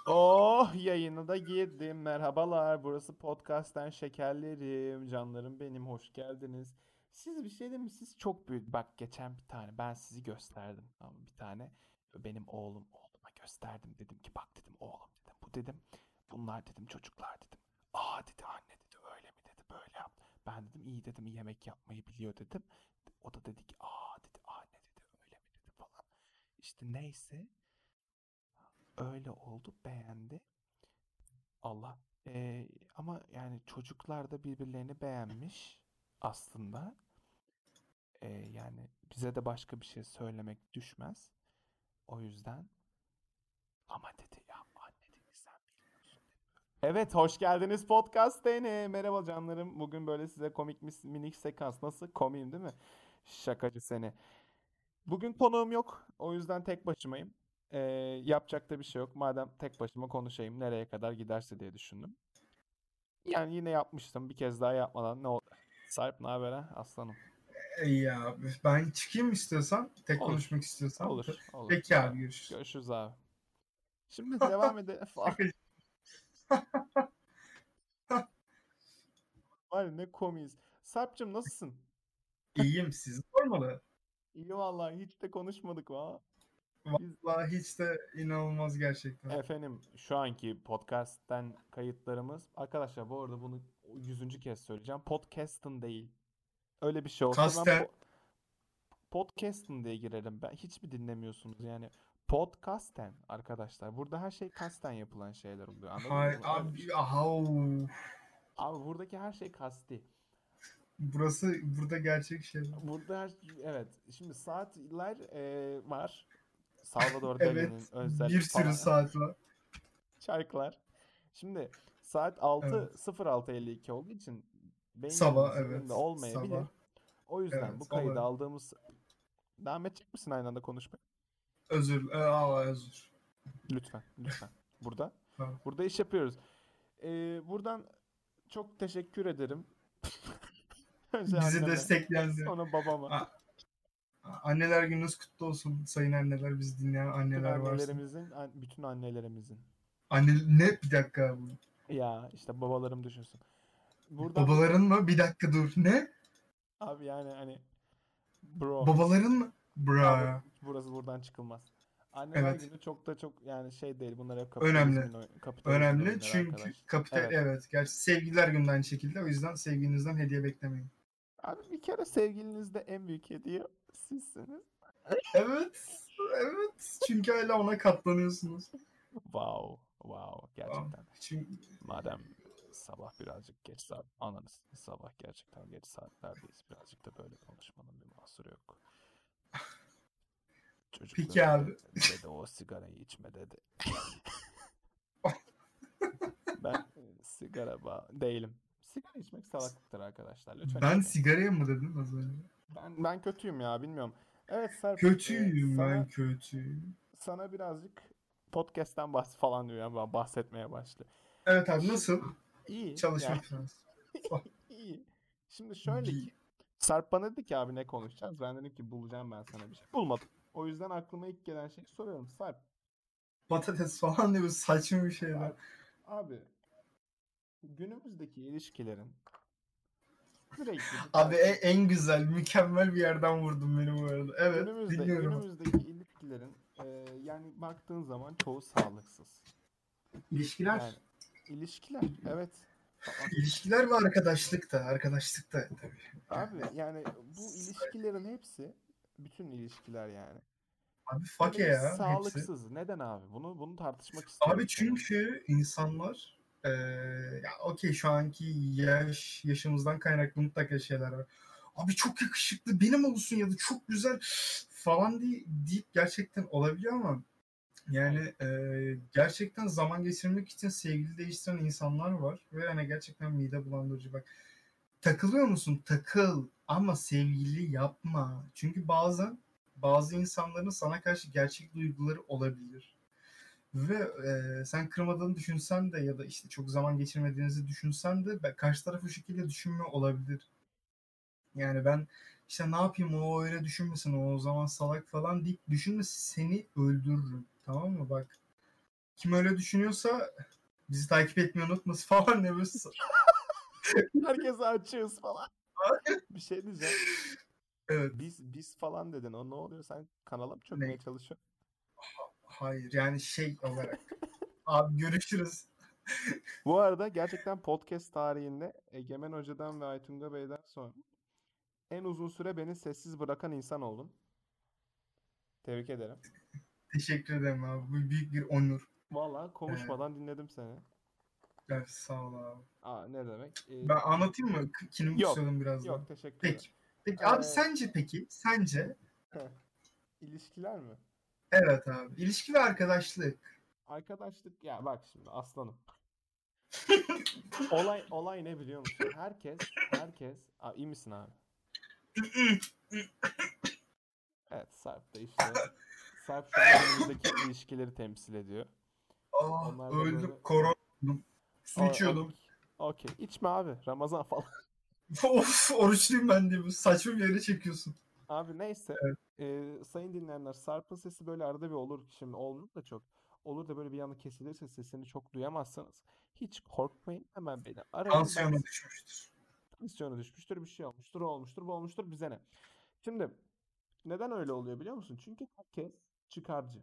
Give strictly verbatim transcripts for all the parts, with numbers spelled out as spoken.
Oh yayına da girdim. Merhabalar. Burası podcast'ten şekerlerim. Canlarım benim. Hoş geldiniz. Siz bir şey değil mi? Siz çok büyük. Bak geçen bir tane ben sizi gösterdim. Ama bir tane benim oğlum oğluma gösterdim. Dedim ki bak dedim oğlum dedim. Bu dedim. Bunlar dedim çocuklar dedim. Aa dedi anne dedi öyle mi dedi böyle yap. Ben dedim iyi dedim yemek yapmayı biliyor dedim. O da dedi ki aa dedi anne dedi öyle mi dedi falan. İşte neyse öyle oldu beğendi. Allah. Ee, ama yani çocuklar da birbirlerini beğenmiş aslında. Ee, yani bize de başka bir şey söylemek düşmez. O yüzden ama dedi ya anne dedi sen bilmiyorsun dedi. Evet hoş geldiniz podcast N. Merhaba canlarım. Bugün böyle size komik mis- minik sekans. Nasıl? Komiyim değil mi? Şakacı seni. Bugün konuğum yok. O yüzden tek başımayım. Ee, yapacak da bir şey yok. Madem tek başıma konuşayım nereye kadar giderse diye düşündüm. Yani yine yapmıştım. Bir kez daha yapmadan ne oldu? Sarp ne haber ha? Aslanım. İyi abi. Ben çıkayım istiyorsan. Tek Olur. konuşmak istiyorsan. Olur. Olur. Peki Gel. abi, görüşürüz. Görüşürüz abi. Şimdi devam edelim. Şakacı. Var ya ne komiyiz. Sarp'cığım nasılsın? İyiyim, sizi sormalı. İyi vallahi hiç de konuşmadık va. Biz Vallahi hiç de inanılmaz gerçekten. efendim şu anki podcast'ten kayıtlarımız arkadaşlar bu arada bunu yüzüncü kez söyleyeceğim. Podcast'ın değil. Öyle bir şey olsa ben Kasten. po- podcast'ın diye girerim. Ben hiç mi dinlemiyorsunuz yani? Podcast'ten arkadaşlar. Burada her şey kasten yapılan şeyler oluyor. Anladınız Hay mı? Öyle bir abi, şey. aha. Abi buradaki her şey kasti. Burası burada gerçek şey. Burada her, evet. Şimdi saatler e, var. Salvador Dali'nin Evet. özel Bir sürü falan saat var. şarkılar. Şimdi saat Evet. altı sıfır altı elli iki olduğu için beyninimin Sabah, zihninde evet. Sabah. olmayabilir. O yüzden bu Evet. kaydı Olabilir. aldığımız devam edecek misin aynı anda konuşmaya? Özür. E, aa, özür. Lütfen, lütfen. Burada. Tamam. Burada iş yapıyoruz. Ee, buradan çok teşekkür ederim. Önce Bizi anneme, destekleyen de. sonra babama. A- Anneler gününüz kutlu olsun sayın anneler, bizi dinleyen Bütün anneler varsa. annelerimizin, an- bütün annelerimizin. Anne ne, bir dakika bu. Ya işte babalarım düşünsün. Buradan Babaların mı? Bir dakika dur. Ne? abi yani hani bro Babaların mı? abi Bra. burası buradan çıkılmaz. Anneler Evet. günü çok da çok yani şey değil. Bunlar hep Önemli. kapitalizmin oy- kapitalizmin Önemli oyunları çünkü arkadaş. kapital, Evet. evet. Gerçi sevgililer günden aynı şekilde. O yüzden sevgilinizden hediye beklemeyin. Abi bir kere sevgilinizde en büyük hediye sizsiniz. Evet. Evet. Çünkü hala ona katlanıyorsunuz. Wow, wow Tamam. gerçekten. Çünkü Madem sabah birazcık geç saat ananız sabah gerçekten geç saatlerdeyiz. Birazcık da böyle konuşmanın bir mahsuru yok. peki Çocuklarım de, abi. dede o sigarayı içme dedi. Ben e, sigara ba- değilim. Sigara içmek salaklıktır arkadaşlar. Lütfen Ben içmeyin. sigaraya mı dedim az önce? Ben ben kötüyüm ya bilmiyorum. Evet Sarp, e, Kötüyüm ben, sana kötü. sana birazcık podcast'ten bahs falan diyor ya bahsetmeye başlıyor. Evet abi, Şimdi nasıl? iyi Çalışma yani prens. Oh, iyi. Şimdi şöyle bir ki Sarp bana dedi ki abi ne konuşacağız? Ben dedim ki bulacağım ben sana bir şey. Bulmadım. O yüzden aklıma ilk gelen şeyi soruyorum. Sarp, patates falan diye saçma bir şeyler. Sarp abi günümüzdeki ilişkilerin sürekli bir Abi e- takip en güzel, mükemmel bir yerden vurdun beni bu arada. Evet, günümüzde dinliyorum. günümüzdeki ilişkilerin e, yani baktığın zaman çoğu sağlıksız. İlişkiler. Yani ilişkiler evet. Aa, İlişkiler ve arkadaşlık da. Arkadaşlık da tabii. abi yani bu ilişkilerin hepsi bütün ilişkiler yani. Abi fake Böyle bir ya hepsi. sağlıksız. Neden abi? Bunu bunu tartışmak Abi istiyorum seninle. çünkü insanlar eee ya okey, şu anki yaş yaşımızdan kaynaklı mutlaka şeyler var. Abi çok yakışıklı benim olsun ya da çok güzel falan diye, deyip gerçekten olabiliyor ama Hayır. yani eee, gerçekten zaman geçirmek için sevgili değiştiren insanlar var ve hani gerçekten mide bulandırıcı. Bak, takılıyor musun? Takıl ama sevgili yapma. Çünkü bazen bazı insanların sana karşı gerçek duyguları olabilir. Ve e, sen kırmadığını düşünsen de ya da işte çok zaman geçirmediğinizi düşünsen de be- karşı taraf o şekilde düşünmüyor olabilir. Yani ben işte ne yapayım, o öyle düşünmesin, o o zaman salak falan deyip düşünme, seni öldürürüm. Tamam mı? Bak, Kim öyle düşünüyorsa bizi takip etmeyi unutmasın falan ne böyle. Herkese açığız falan. Bir şey diyeceğim. Evet. Biz biz falan dedin. O ne oluyor? Sen kanala mı Ne? çökmeye çalışıyorsun? Hayır yani şey olarak. Abi görüşürüz. Bu arada gerçekten podcast tarihinde Egemen Hoca'dan ve Aytunga Bey'den sonra en uzun süre beni sessiz bırakan insan oldun. Tebrik ederim. Teşekkür ederim abi. Bu büyük bir onur. Vallahi Ee, konuşmadan dinledim seni. evet, sağ ol abi. Aa, ne demek? Ee, Ben anlatayım mı? K- Kinimi yok. kusuyordum biraz daha. Yok, teşekkür ederim. Peki. Peki abi Ee, sence peki? Sence? heh, ilişkiler mi? Evet abi. İlişki ve arkadaşlık. Arkadaşlık ya bak şimdi aslanım. Olay olay ne biliyor musun? Herkes herkes Aa, iyi misin abi? Evet, Sarp da işte Sarp şu an günümüzdeki ilişkileri temsil ediyor. Ah Onlar da böyle öldüm. Korona oldum. Su o, o, içiyordum. okey. İçme abi. Ramazan falan. Of oruçluyum ben diye. Bu saçma bir yere çekiyorsun. Abi neyse. Evet. Ee, sayın dinleyenler, Sarp'ın sesi böyle arada bir olur. Şimdi olmuyor da çok. Olur da böyle bir anda kesilirse sesini çok duyamazsanız hiç korkmayın. Hemen beni arayın. Ben Tansiyonu düşmüştür. tansiyonu düşmüştür, bir şey olmuştur, o olmuştur, bu olmuştur, bize ne? Şimdi neden öyle oluyor biliyor musun? Çünkü herkes çıkarcı.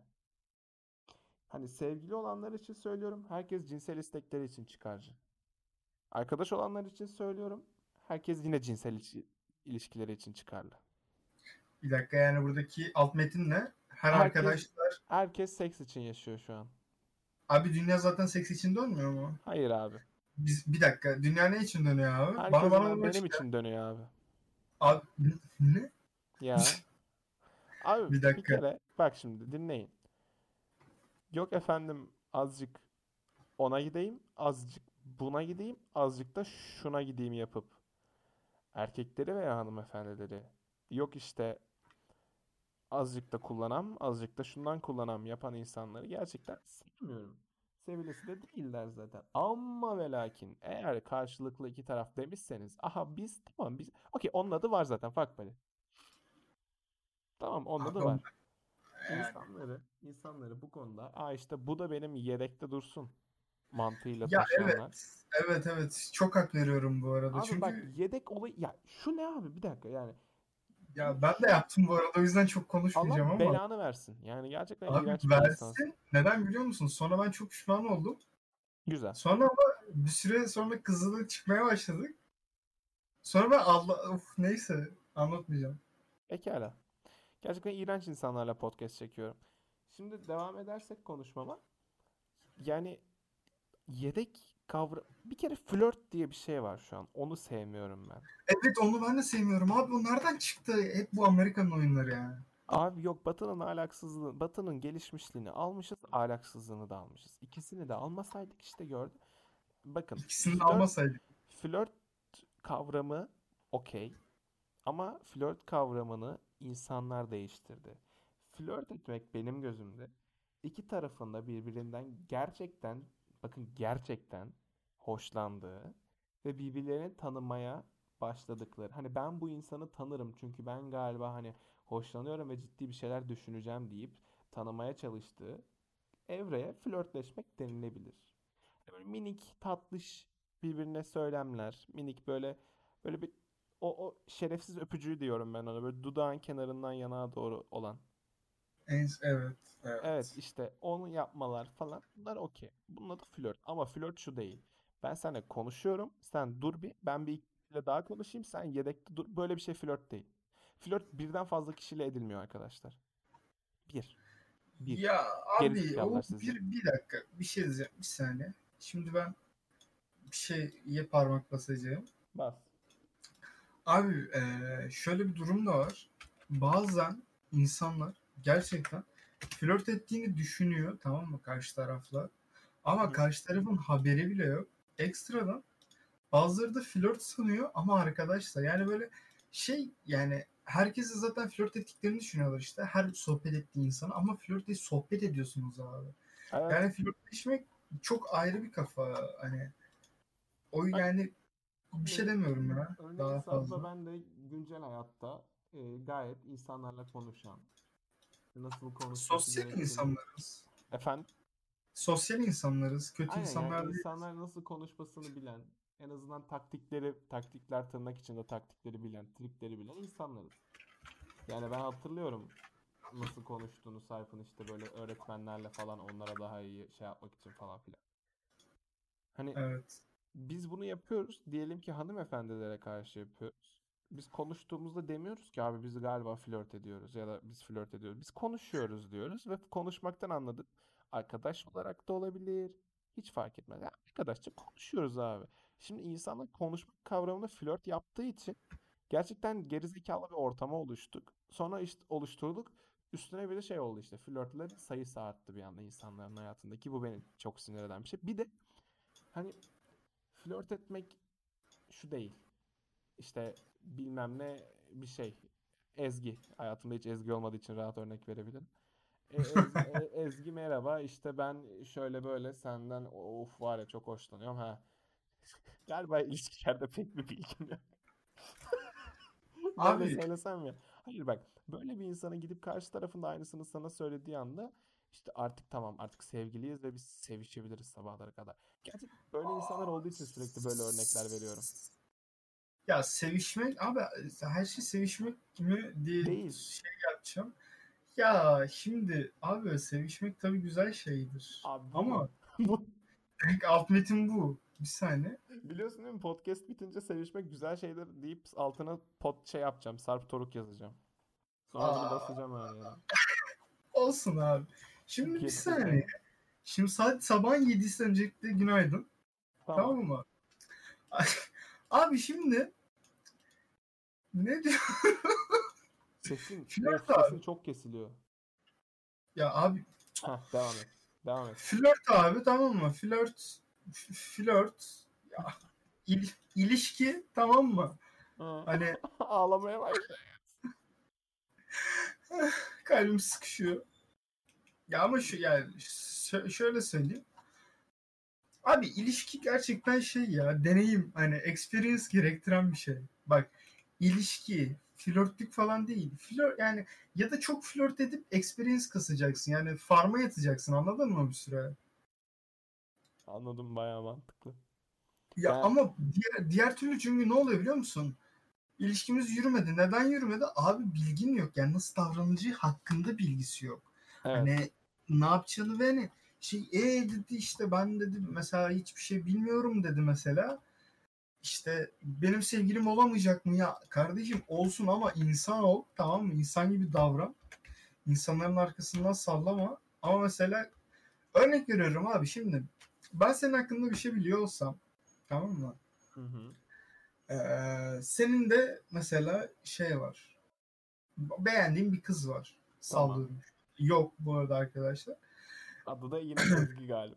Hani sevgili olanlar için söylüyorum. Herkes cinsel istekleri için çıkarcı. Arkadaş olanlar için söylüyorum. Herkes yine cinsel ilişki- ilişkileri için çıkarlı. Bir dakika yani buradaki alt metin ne? Her Herkes arkadaşlar. herkes seks için yaşıyor şu an. Abi dünya zaten seks için dönmüyor mu? Hayır abi. Biz, bir dakika. Dünya ne için dönüyor abi? Bana Herkes bana ben bunu benim açıkla. için dönüyor abi. Abi ne? Ya. Abi Bir bir dakika. kere bak şimdi dinleyin. Yok efendim azıcık ona gideyim, azıcık buna gideyim, azıcık da şuna gideyim yapıp erkekleri veya hanımefendileri yok işte azıcık da kullanam, azıcık da şundan kullanam yapan insanları gerçekten sevmiyorum. Sevilesi de değiller zaten. Ama ve lakin eğer karşılıklı iki taraf demişseniz aha biz tamam biz okey onun adı var zaten fuck buddy. Tamam onun adı Abi, var. yani. İnsanları, insanları bu konuda aa işte bu da benim yedekte dursun mantığıyla Ya taşıyanlar. evet. Evet evet. Çok hak veriyorum bu arada. Abi bak Çünkü yedek olayı ya şu ne abi bir dakika yani bu ya ben de şu yaptım bu arada. O yüzden çok Allah konuşmayacağım ama. belanı versin. Yani gerçekten Abi iğrenç bir insansın. versin. Neden biliyor musun? Sonra ben çok pişman oldum. Güzel. Sonra ama bir süre sonra kızılı çıkmaya başladık. Sonra ben Allah of neyse anlatmayacağım. Pekala. Gerçekten iğrenç insanlarla podcast çekiyorum. Şimdi devam edersek konuşmama. Yani yedek kavra... Bir kere flört diye bir şey var şu an. Onu sevmiyorum ben. Evet onu ben de sevmiyorum abi. O nereden çıktı? Hep bu Amerika'nın oyunları yani. Abi yok Batı'nın ahlaksızlığı, Batı'nın gelişmişliğini almışız, ahlaksızlığını da almışız. İkisini de almasaydık işte gördüm. Bakın İkisini de flört, almasaydık. flört kavramı okey. Ama flört kavramını insanlar değiştirdi. Flört etmek benim gözümde iki tarafın birbirinden gerçekten, bakın gerçekten hoşlandığı ve birbirlerini tanımaya başladıkları. Hani ben bu insanı tanırım çünkü ben galiba hani hoşlanıyorum ve ciddi bir şeyler düşüneceğim deyip tanımaya çalıştığı evreye flörtleşmek denilebilir. Böyle minik tatlış birbirine söylemler, minik böyle böyle bir o, o şerefsiz öpücüğü diyorum ben ona. Böyle dudağın kenarından yanağa doğru olan. En, evet, Evet evet. işte onu yapmalar falan. Bunlar okey. Bunun adı flört. Ama flört şu değil. Ben seninle konuşuyorum. Sen dur bir. Ben bir kişiyle daha konuşayım. Sen yedekte dur. Böyle bir şey flört değil. Flört birden fazla kişiyle edilmiyor arkadaşlar. Bir. Bir. Ya abi Gerizekalılar o sizi. bir, bir dakika bir şey diyeceğim bir saniye. Şimdi ben bir şeye parmak basacağım. Bas. Abi eee, şöyle bir durum da var. Bazen insanlar gerçekten flört ettiğini düşünüyor tamam mı karşı tarafla. Hı Ama hı. karşı tarafın haberi bile yok. Ekstradan bazıları da flört sanıyor ama arkadaşlar yani böyle şey yani herkesi zaten flört ettiklerini düşünüyorlar işte her sohbet ettiği insana ama flört değil sohbet ediyorsunuz abi. Evet. Yani flörtleşmek çok ayrı bir kafa hani o Bak yani bir şey örneğin demiyorum ya Örneğin daha Sarp'la fazla. ben de güncel hayatta e, gayet insanlarla konuşan, nasıl konuşması Sosyal gerektiğini. insanlarız. Efendim? sosyal insanlarız. Kötü Aynen, yani insanlar değil. insanlar nasıl konuşmasını bilen, en azından taktikleri, taktikler tırnak içinde taktikleri bilen, trikleri bilen insanlarız. Yani ben hatırlıyorum nasıl konuştuğunu Sarp'ın, işte böyle öğretmenlerle falan, onlara daha iyi şey yapmak için falan filan. Hani Evet. biz bunu yapıyoruz. Diyelim ki hanımefendilere karşı yapıyoruz. Biz konuştuğumuzda demiyoruz ki abi biz galiba flört ediyoruz ya da biz flört ediyoruz. Biz konuşuyoruz diyoruz ve konuşmaktan anladık. Arkadaş olarak da olabilir. Hiç fark etmez. Yani arkadaşça konuşuyoruz abi. Şimdi insanlar konuşmak kavramını flört yaptığı için gerçekten gerizekalı bir ortama oluştuk. Sonra işte oluşturduk. Üstüne bir de şey oldu, işte flörtlerin sayısı arttı bir anda insanların hayatındaki. Bu beni çok sinir eden bir şey. Bir de hani flört etmek şu değil. İşte bilmem ne bir şey. Ezgi. Hayatımda hiç Ezgi olmadığı için rahat örnek verebilirim. E, Ez- E- Ezgi merhaba, işte ben şöyle böyle senden of var ya çok hoşlanıyorum ha. Galiba ilişkilerde pek bir bilgim yok. Böyle Abi söylesem ya. Hayır bak, böyle bir insana gidip karşı tarafın da aynısını sana söylediği anda işte artık tamam, artık sevgiliyiz ve biz sevişebiliriz sabahlara kadar. Gerçekten böyle insanlar olduğu için sürekli böyle örnekler veriyorum. ya sevişmek abi, her şey sevişmek mi diye Değil. şey yapacağım. Ya şimdi abi sevişmek tabii güzel şeydir. Abi bu Ama mu? Bu. direkt alt metin bu. Bir saniye. Biliyorsun değil mi? Podcast bitince sevişmek güzel şeyler deyip altına pot şey yapacağım. Sarp Toruk yazacağım. Sonra bunu Aa, basacağım her yere. olsun abi. Şimdi bir Geri saniye. zekalı. Şimdi saat sabahın yedisi, öncelikle günaydın. Tamam Tamam. mı? Abi şimdi ne diyor? Sesin, Flört of sesin abi. çok kesiliyor. Ya abi Heh, devam et. Devam et. flört abi, tamam mı? Flört f- flört ya, il- ilişki, tamam mı? Ha. Hani Ağlamaya başla. kalbim sıkışıyor. Ya ama şu yani şö- şöyle söyleyeyim. Abi ilişki gerçekten şey ya, deneyim, hani experience gerektiren bir şey. Bak, ilişki flörtlük falan değil. Flört yani, ya da çok flört edip experience kasacaksın. Yani farma yatacaksın, anladın mı bir süre? Anladım, bayağı mantıklı. Ya Yani ama diğer, diğer türlü, çünkü ne oluyor biliyor musun? İlişkimiz yürümedi. Neden yürümedi? Abi bilgin yok. Yani nasıl davranacağı hakkında bilgisi yok. evet. Hani ne yapacağını ve hani şey e dedi, işte ben dedi mesela hiçbir şey bilmiyorum dedi mesela. İşte benim sevgilim olamayacak mı ya? Kardeşim olsun ama insan ol, tamam mı? İnsan gibi davran. İnsanların arkasından sallama. Ama mesela örnek veriyorum abi, şimdi ben senin hakkında bir şey biliyor olsam, tamam mı? Hı hı. Ee, senin de mesela şey var. Beğendiğin bir kız var. Tamam. Sallıyorum. Yok bu arada arkadaşlar. Adı da yine Ezgi galiba.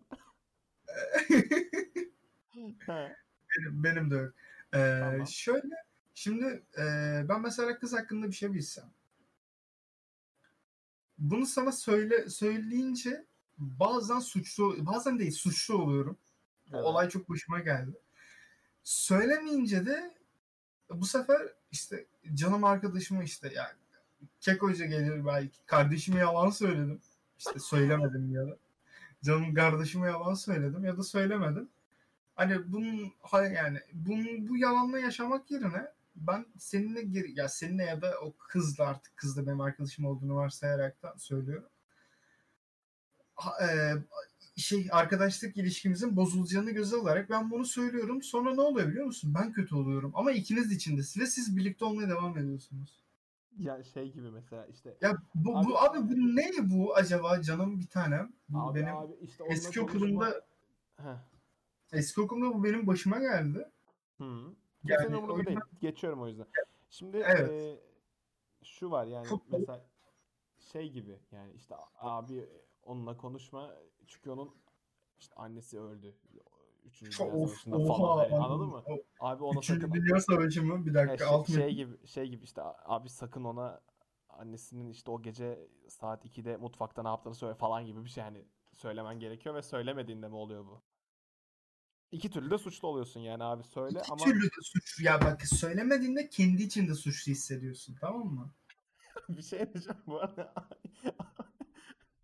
He, benim, benim de öyle. Ee, tamam. şöyle şimdi e, ben mesela kız hakkında bir şey bilsem. Bunu sana söyle söyleyince bazen suçlu, bazen değil suçlu oluyorum. Bu Evet. olay çok başıma geldi. Söylemeyince de bu sefer işte canım arkadaşıma, işte yani kek hoca gelir belki. Kardeşime yalan söyledim. İşte söylemedim ya da. Canım kardeşime yalan söyledim ya da söylemedim. Hani bunun yani bunun, bu yalanla yaşamak yerine ben seninle geri, ya seninle ya da o kızla, artık kız da benim arkadaşım olduğunu varsayarak da söylüyorum. Ha, e, şey arkadaşlık ilişkimizin bozulacağını göze alarak ben bunu söylüyorum. Sonra ne oluyor biliyor musun? Ben kötü oluyorum. Ama ikiniz içindesiniz ve siz birlikte olmaya devam ediyorsunuz. Ya şey gibi mesela işte Ya bu, abi bu abi bu ne bu acaba canım bir tanem? Bu abi benim abi işte onunla eski konuşma. okulumda Heh. eski okulumda bu benim başıma geldi. Hı. Kimsenin Yani o umurunda değil. yüzden Geçiyorum o yüzden. Şimdi evet. e, şu var yani, Futbol. mesela şey gibi, yani işte abi onunla konuşma çünkü onun işte annesi öldü. Üçüncü Dünya Of, Savaşı'nda falan, oha hani anladın anladım. mı? O, Abi ona Üçüncü sakın, Dünya Savaşı mı? Bir he, dakika, şey, alt şey metin. gibi şey gibi işte abi sakın ona annesinin işte o gece saat ikide mutfakta ne yaptığını söyle falan gibi bir şey, hani söylemen gerekiyor ve söylemediğinde mi oluyor bu? İki türlü de suçlu oluyorsun yani, abi söyle İki ama türlü de suç. Ya bak, söylemediğinde kendi içinde suçlu hissediyorsun, tamam mı? bir şey diyeceğim bu arada.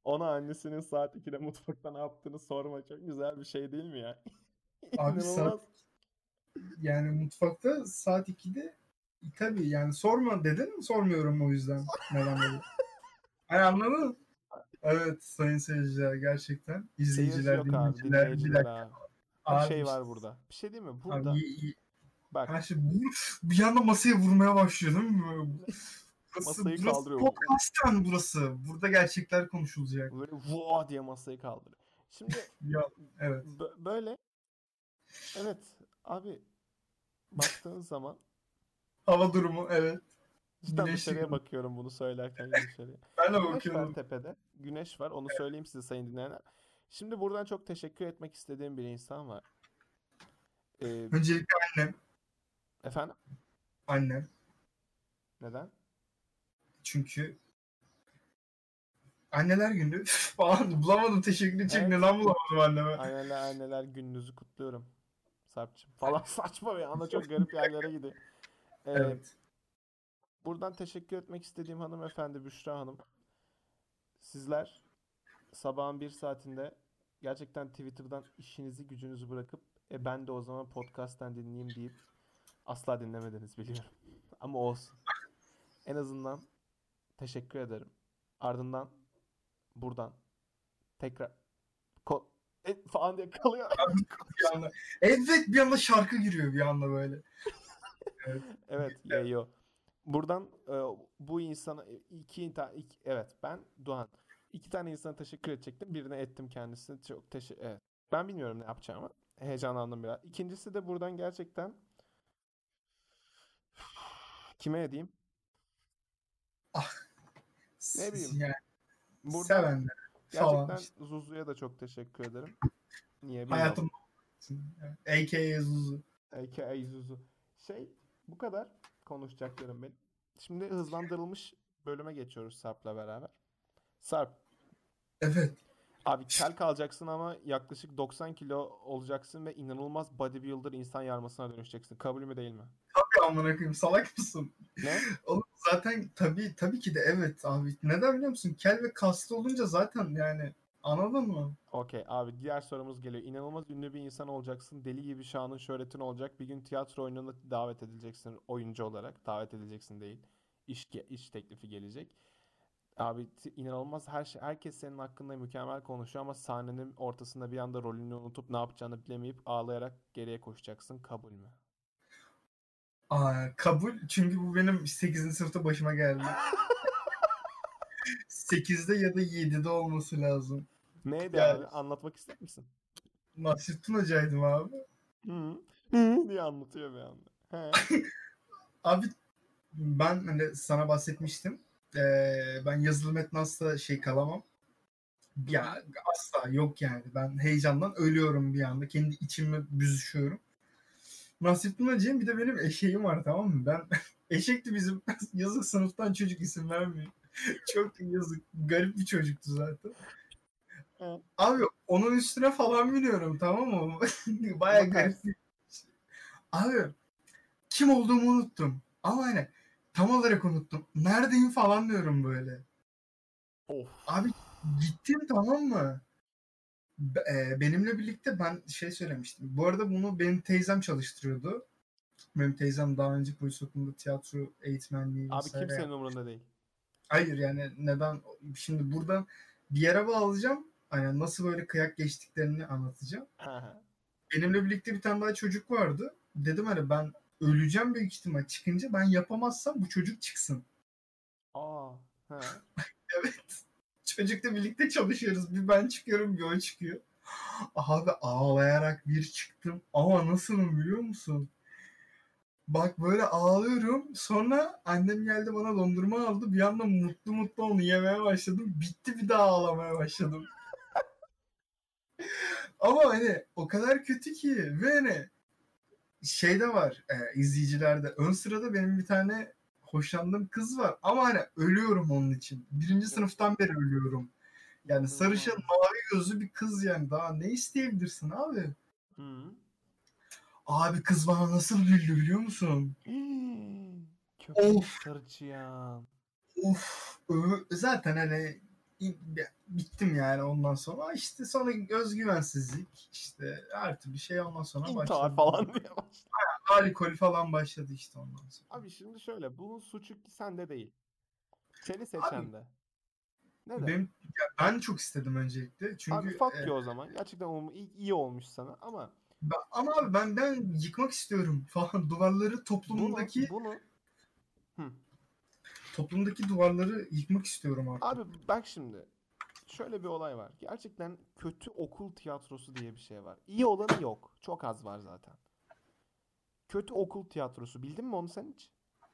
Ona annesinin saat ikide mutfakta ne yaptığını sorma. Çok güzel bir şey değil mi ya? Abi saat İnanılmaz. yani mutfakta saat ikide e, tabii yani sorma dedin mi? Sormuyorum o yüzden. Neden böyle? Hani anladın mı? Evet sayın seyirciler gerçekten. Seyirci İzleyiciler, yok abi, dinleyiciler. Bir dinleyiciler dakika. abi. Her Abi şey işte. var burada. Bir şey değil mi? Abi, Burada y- y- bak her şey bu bir anda masaya vurmaya başlıyor değil mi? Burası, masayı burası kaldırıyor. podcast yani burası. Burada gerçekler konuşulacak. Böyle voa diye masayı kaldırıyor. Şimdi Ya evet. bö- böyle evet abi, baktığın zaman Hava durumu evet. cidden Güneşli dışarıya gün. bakıyorum bunu söylerken dışarıya. Ben de Güneş var bakıyordum. tepede. Güneş var. Onu söyleyeyim size sayın dinleyenler. Şimdi buradan çok teşekkür etmek istediğim bir insan var. Ee, Öncelikle annem. efendim? Annem. Neden? Çünkü anneler günü falan bulamadım teşekkür edecek Evet. neden bulamadım anneme. Anneler anneler gününüzü kutluyorum. Sarp'cığım falan saçma bir anda çok garip yerlere gidiyor. Ee, Evet. buradan teşekkür etmek istediğim hanımefendi Büşra Hanım. Sizler sabahın bir saatinde gerçekten Twitter'dan işinizi gücünüzü bırakıp e ben de o zaman podcast'ten dinleyeyim deyip asla dinlemediniz biliyorum. Ama olsun. En azından teşekkür ederim. Ardından buradan tekrar ko e, falan diye kalıyor. Bir anda. Evet bir anda şarkı giriyor bir anda böyle. Evet. Evet, yo. Buradan e, bu insana e, iki, inta- iki evet ben Doğan iki tane insana teşekkür edecektim. Birine ettim kendisine. Çok teşekkür evet. Ben bilmiyorum ne yapacağımı. Heyecanlandım biraz. İkincisi de buradan gerçekten kime edeyim? Ah Ne s- bileyim. yani Buradan sevenler falan gerçekten işte. Zuzu'ya da çok teşekkür ederim. Niye bilmiyorum. Hayatım A K A Zuzu. A K A Zuzu. Şey, bu kadar konuşacaklarım benim. Şimdi hızlandırılmış bölüme geçiyoruz Sarp'la beraber. Sarp, Evet. abi kel kalacaksın ama yaklaşık doksan kilo olacaksın ve inanılmaz bodybuilder insan yarmasına dönüşeceksin. Kabul mü değil mi? Tabii amına koyayım salak mısın? Ne? Oğlum zaten tabii tabii ki de evet abi. Neden biliyor musun? Kel ve kaslı olunca zaten yani anladın mı? Okey abi, diğer sorumuz geliyor. İnanılmaz ünlü bir insan olacaksın. Deli gibi şanın şöhretin olacak. Bir gün tiyatro oyununa davet edileceksin oyuncu olarak. Davet edileceksin değil. İş, ge- iş teklifi gelecek. Abi t- inanılmaz her şey. Herkes senin hakkında mükemmel konuşuyor ama sahnenin ortasında bir anda rolünü unutup ne yapacağını bilemeyip ağlayarak geriye koşacaksın. Kabul mü? Aa, kabul çünkü bu benim sekizinci sınıfta başıma geldi. sekizde ya da yedide olması lazım. Neydi Yani abi? Anlatmak ister misin? Nasrettin Hoca'ydım abi. Hı hı diye anlatıyor bir anda. He. Abi ben hani sana bahsetmiştim. Ee, ben yazılı metni asla şey kalamam. Hı hı. Ya asla yok yani. Ben heyecandan ölüyorum bir anda. Kendi içimle büzüşüyorum. Nasrettin Hoca'nın bir de benim eşeğim var tamam mı? Ben eşekti bizim yazık sınıftan çocuk isim vermiyor. Çok yazık. Garip bir çocuktu zaten. He. Abi onun üstüne falan biniyorum tamam mı? Baya garip Bakarsın. bir şey. Abi kim olduğumu unuttum. Ama hani tam olarak unuttum. Neredeyim falan diyorum böyle. Of. Abi gittim tamam mı? Be- e, benimle birlikte ben şey söylemiştim. Bu arada bunu benim teyzem çalıştırıyordu. Benim teyzem daha önce polis okulunda tiyatro eğitmenliği Abi vesaire kimsenin yaptı. umurunda değil. Hayır yani neden? Şimdi buradan bir yere bağlayacağım. Hani nasıl böyle kıyak geçtiklerini anlatacağım. Hı hı. Benimle birlikte bir tane daha çocuk vardı. Dedim hani ben öleceğim büyük ihtimal çıkınca ben yapamazsam bu çocuk çıksın. Aa. He. Evet. Çocukla birlikte çalışıyoruz. Bir ben çıkıyorum bir o çıkıyor. Abi ağlayarak bir çıktım. Ama nasılım biliyor musun? Bak böyle ağlıyorum. Sonra annem geldi bana dondurma aldı. Bir anda mutlu mutlu onu yemeye başladım. Bitti bir daha ağlamaya başladım. Ama hani o kadar kötü ki ve hani şey de var e, izleyicilerde. Ön sırada benim bir tane hoşlandığım kız var. Ama hani ölüyorum onun için. Birinci İnan- sınıftan beri ölüyorum. Yani sarışın İnanılmaz. mavi gözlü bir kız yani. Daha ne isteyebilirsin abi? Hı. Abi kız bana nasıl güldü biliyor musun? Hii. Köpek Of sarıçıyan. of. Ö- Zaten hani bittim yani ondan sonra. İşte sonra özgüvensizlik, işte artı bir şey ondan sonra İntihar başladı. falan diye başladı. Alkol falan başladı işte ondan sonra. Abi şimdi şöyle, bunun suçu sende değil. Seni Abi seçende. Neden? benim, ya ben çok istedim öncelikle. Abi Çünkü fuck e, you o zaman. Gerçekten o iyi, iyi olmuş sana ama ben- ama abi ben ben yıkmak istiyorum falan duvarları, bunu toplumdaki bunu hı. toplumdaki duvarları yıkmak istiyorum artık. Abi bak şimdi. Şöyle bir olay var. Gerçekten kötü okul tiyatrosu diye bir şey var. İyi olanı yok. Çok az var zaten. Kötü okul tiyatrosu. Bildin mi onu sen hiç?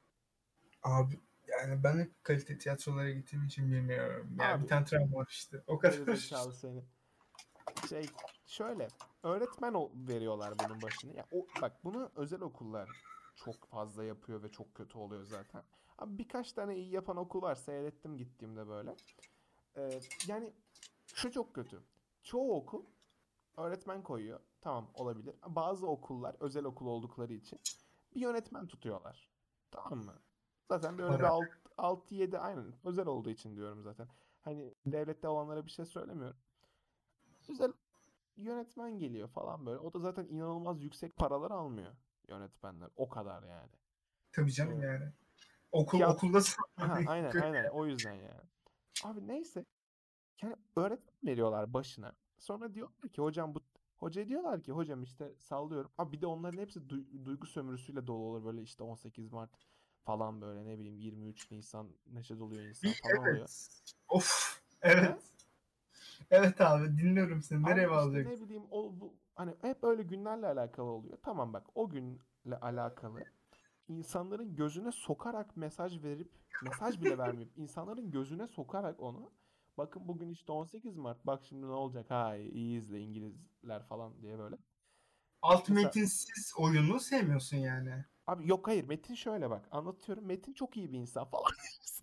Abi yani ben hep kalite tiyatrolara gittiğim için bilmiyorum. Yani bir Abi tane travma var işte. O geri kadar. zekalı seni. Şey şöyle. Öğretmen o- veriyorlar bunun başını. Ya o bak, bunu özel okullar çok fazla yapıyor ve çok kötü oluyor zaten. Abi birkaç tane iyi yapan okul var. Seyrettim gittiğimde böyle. Ee, yani şu çok kötü. Çoğu okul öğretmen koyuyor. Tamam, olabilir. Bazı okullar özel okul oldukları için bir yönetmen tutuyorlar. Tamam mı? Zaten böyle bir Para. altı yedi, aynen özel olduğu için diyorum zaten. Hani devlette olanlara bir şey söylemiyorum. Özel yönetmen geliyor falan böyle. O da zaten inanılmaz yüksek paralar almıyor yönetmenler. O kadar yani. Tabii canım Ee, yani. Okul tiyat okulda ha, aynen aynen o yüzden yani. Abi neyse. Yani öğretmen veriyorlar başına. Sonra diyorlar ki hocam bu hoca diyorlar ki hocam işte sallıyorum. Abi bir de onların hepsi du- duygu sömürüsüyle dolu olur, böyle işte on sekiz Mart falan, böyle ne bileyim yirmi üç Nisan neşe doluyor insan bir falan oluyor. evet. Of. He? Evet. Evet abi dinliyorum seni. Abi Nereye işte ne bağlayacaksın? bileyim o bu hani hep öyle günlerle alakalı oluyor. Tamam bak, o günle alakalı insanların gözüne sokarak mesaj verip, mesaj bile vermeyip insanların gözüne sokarak onu, bakın bugün işte on sekiz Mart, bak şimdi ne olacak, ha iyi izle İngilizler falan diye böyle. Mesela Ultimate'insiz oyunu sevmiyorsun yani. abi yok hayır, Metin şöyle bak anlatıyorum, Metin çok iyi bir insan falan.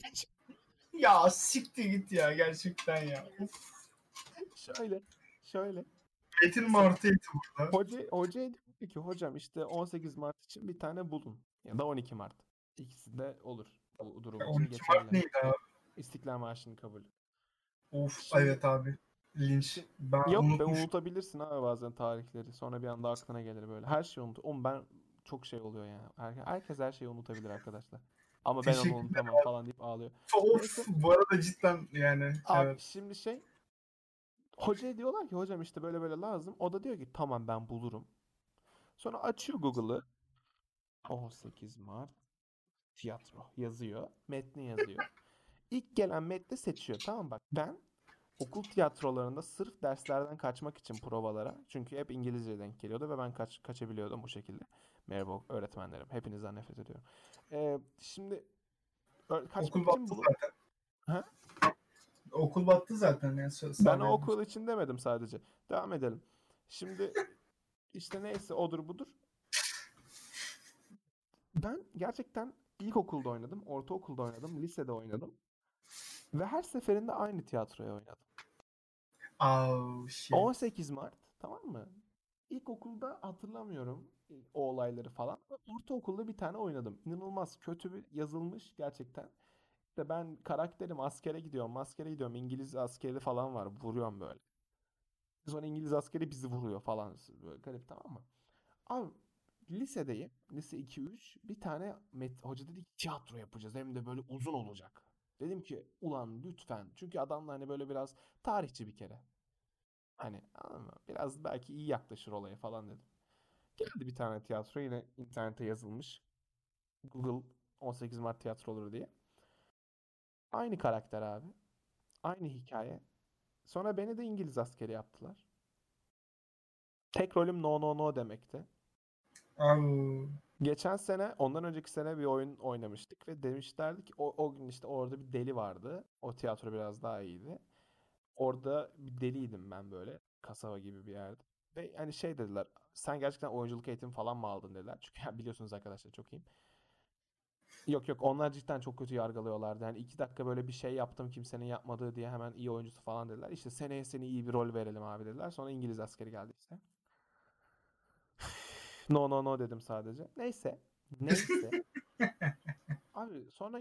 Ya siktir git ya gerçekten ya. Of. Şöyle şöyle Metin mesela Martı'ydı burada. hoca hocaya diyor ki hocam işte on sekiz Mart için bir tane bulun ya da on iki Mart, ikisi de olur bu durum için on iki Mart geçerli. neydi abi? İstiklal Marşı'nın kabul. Of Şimdi evet abi. Linç. Şimdi, Ben yok be, unutmuşum. unutabilirsin abi bazen tarihleri. Sonra bir anda aklına gelir böyle. Her şeyi unut. Oğlum ben çok şey oluyor yani. Her- herkes her şeyi unutabilir arkadaşlar. Ama ben onu Teşekkürler. unutamam falan deyip ağlıyor. Of Neyse bu arada cidden yani abi evet. şimdi şey, hocaya diyorlar ki hocam işte böyle böyle lazım. O da diyor ki tamam ben bulurum. Sonra açıyor Google'ı. on sekiz Mart tiyatro yazıyor. Metni yazıyor. İlk gelen metni seçiyor. Tamam bak, ben okul tiyatrolarında sırf derslerden kaçmak için provalara, çünkü hep İngilizce denk geliyordu ve ben kaç, kaçabiliyordum bu şekilde. Merhaba öğretmenlerim. Hepinizden nefret ediyorum. Ee, şimdi ö- Okul kaçmak için battı bulup zaten. ha? Okul battı zaten yani Ben o sağ okul için demedim sadece. Devam edelim. Şimdi işte neyse odur budur. Ben gerçekten ilkokulda oynadım, ortaokulda oynadım, lisede oynadım ve her seferinde aynı tiyatroya oynadım. Oh shit. on sekiz Mart, tamam mı? İlkokulda hatırlamıyorum e, o olayları falan. Ortaokulda bir tane oynadım. İnanılmaz kötü bir yazılmış gerçekten. İşte ben karakterim, askere gidiyorum, askere gidiyorum. İngiliz askeri falan var. Vuruyorum böyle. Sonra İngiliz askeri bizi vuruyor falan. Böyle garip, tamam mı? Abi lisedeyim. Lise iki üç. Bir tane met hoca dedi ki tiyatro yapacağız. Hem de böyle uzun olacak. Dedim ki ulan lütfen. Çünkü adamla hani böyle biraz tarihçi bir kere. Hani anladın mı? Biraz belki iyi yaklaşır olaya falan dedim. Geldi bir tane tiyatro, yine internete yazılmış. Google on sekiz Mart tiyatroları diye. Aynı karakter abi. Aynı hikaye. Sonra beni de İngiliz askeri yaptılar. Tek rolüm no no no demekti. Oh. Geçen sene, ondan önceki sene bir oyun oynamıştık ve demişlerdi ki o, o gün işte orada bir deli vardı. O tiyatro biraz daha iyiydi. Orada bir deliydim ben böyle. Kasaba gibi bir yerde. Ve hani şey dediler. Sen gerçekten oyunculuk eğitimi falan mı aldın dediler. Çünkü ya biliyorsunuz arkadaşlar çok iyiyim. Yok yok, onlar cidden çok kötü yargılıyorlardı. Yani iki dakika böyle bir şey yaptım kimsenin yapmadığı diye hemen iyi oyuncusu falan dediler. İşte seneye seni iyi bir rol verelim abi dediler. Sonra İngiliz askeri geldi işte. No no no dedim sadece. Neyse. Neyse. Abi sonra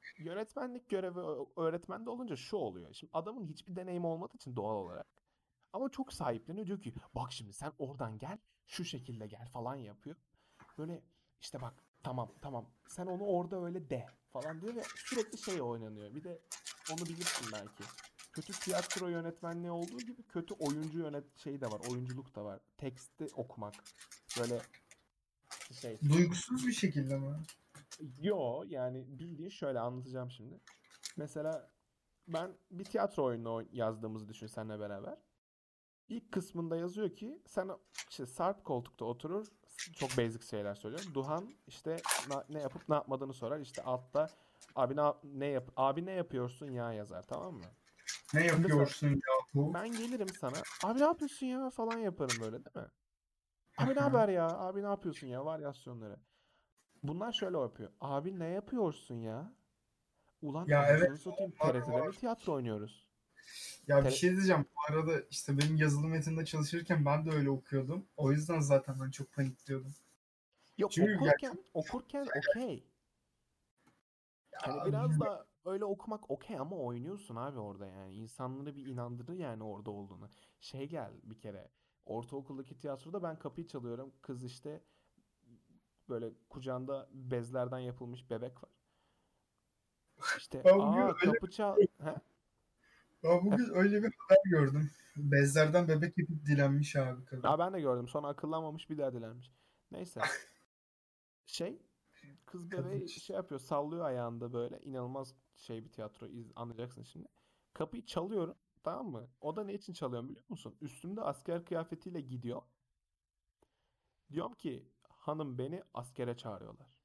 yönetmenlik görevi ö- öğretmende olunca şu oluyor. Şimdi adamın hiçbir deneyimi olmadığı için doğal olarak. Ama çok sahipleniyor. Diyor ki bak şimdi sen oradan gel, şu şekilde gel falan yapıyor. Böyle işte bak tamam tamam sen onu orada öyle de falan diyor ve sürekli şey oynanıyor. Bir de onu bilirsin belki. Kötü tiyatro yönetmenliği olduğu gibi kötü oyuncu yönet şey de var. Oyunculuk da var. Teksti okumak. Böyle şey. Duygusuz bir şekilde mi? Yo yani bildiğin şöyle anlatacağım şimdi. Mesela ben bir tiyatro oyunu oyn- yazdığımızı düşün seninle beraber. İlk kısmında yazıyor ki sen işte Sarp koltukta oturur. Çok basic şeyler söylüyorum. Duhan işte na- ne yapıp ne yapmadığını sorar. İşte altta abi ne, yap- ne yap abi ne yapıyorsun ya yazar, tamam mı? Ne Şimdi sen yapıyorsun yahu? ben gelirim sana. Abi ne yapıyorsun ya falan yaparım böyle değil mi? Abi ne Aha. haber ya? Abi ne yapıyorsun ya? Varyasyonları. Bunlar şöyle yapıyor. Abi ne yapıyorsun ya? Ulan Ya evet, anasını satayım onlar T R T'de mi var. tiyatro oynuyoruz? Ya bir T R şey diyeceğim. Bu arada işte benim yazılım metninde çalışırken ben de öyle okuyordum. O yüzden zaten ben çok panikliyordum. Yok Çünkü ya çok okurken okurken okey. Hani biraz bilmiyorum. da öyle okumak okey ama oynuyorsun abi orada yani. İnsanları bir inandırır yani orada olduğunu. Şey gel bir kere. Ortaokuldaki tiyatroda ben kapıyı çalıyorum. Kız işte böyle kucağında bezlerden yapılmış bebek var. İşte Ben bugün aa öyle kapı çal... He? ben Ef- bugün öyle bir haber gördüm. Bezlerden bebek yapıp dilenmiş abi kadın. Aa ben de gördüm. Sonra akıllanmamış bir daha dilenmiş. Neyse. Şey kız Kadın bebeği şey yapıyor sallıyor ayağında böyle inanılmaz şey bir tiyatro iz, anlayacaksın şimdi. Kapıyı çalıyorum, tamam mı? O da ne için çalıyorum biliyor musun? Üstümde asker kıyafetiyle gidiyor. Diyorum ki hanım beni askere çağırıyorlar.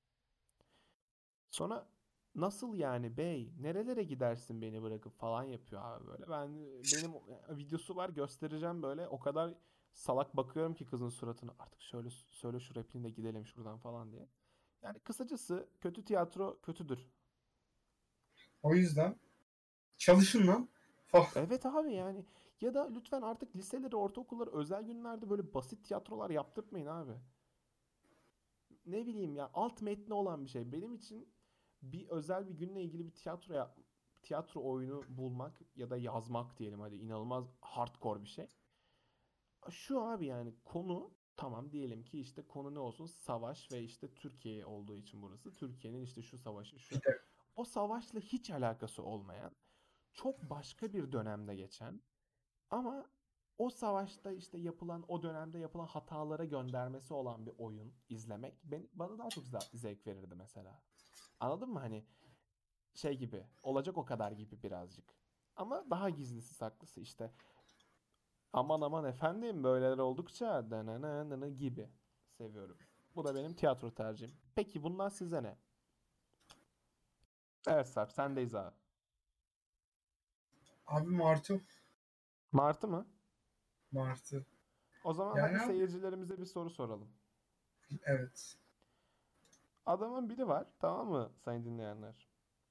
Sonra nasıl yani bey nerelere gidersin beni bırakıp falan yapıyor abi böyle. Ben benim videosu var göstereceğim böyle o kadar salak bakıyorum ki kızın suratına artık şöyle söyle şu repliğini de gidelim şuradan falan diye. Yani kısacası kötü tiyatro kötüdür. O yüzden çalışın lan falan. Evet abi yani ya da lütfen artık liseleri, ortaokulları özel günlerde böyle basit tiyatrolar yaptırtmayın abi. Ne bileyim ya alt metni olan bir şey. Benim için bir özel bir günle ilgili bir tiyatro yap tiyatro oyunu bulmak ya da yazmak diyelim hadi inanılmaz hardcore bir şey. Şu abi yani konu tamam diyelim ki işte konu ne olsun? Savaş ve işte Türkiye olduğu için burası. Türkiye'nin işte şu savaşı şu. İşte O savaşla hiç alakası olmayan çok başka bir dönemde geçen ama o savaşta işte yapılan o dönemde yapılan hatalara göndermesi olan bir oyun izlemek beni, bana daha çok za- zevk verirdi mesela. Anladın mı hani şey gibi olacak o kadar gibi birazcık. Ama daha gizlisi saklısı işte aman aman efendim böyleler oldukça dananana gibi seviyorum. Bu da benim tiyatro tercihim. Peki bundan size ne? Evet Sarp sendeyiz abi. abi Martı. Martı mı? Martı. O zaman hadi Yani abi seyircilerimize bir soru soralım. evet. Adamın biri var tamam mı sayın dinleyenler?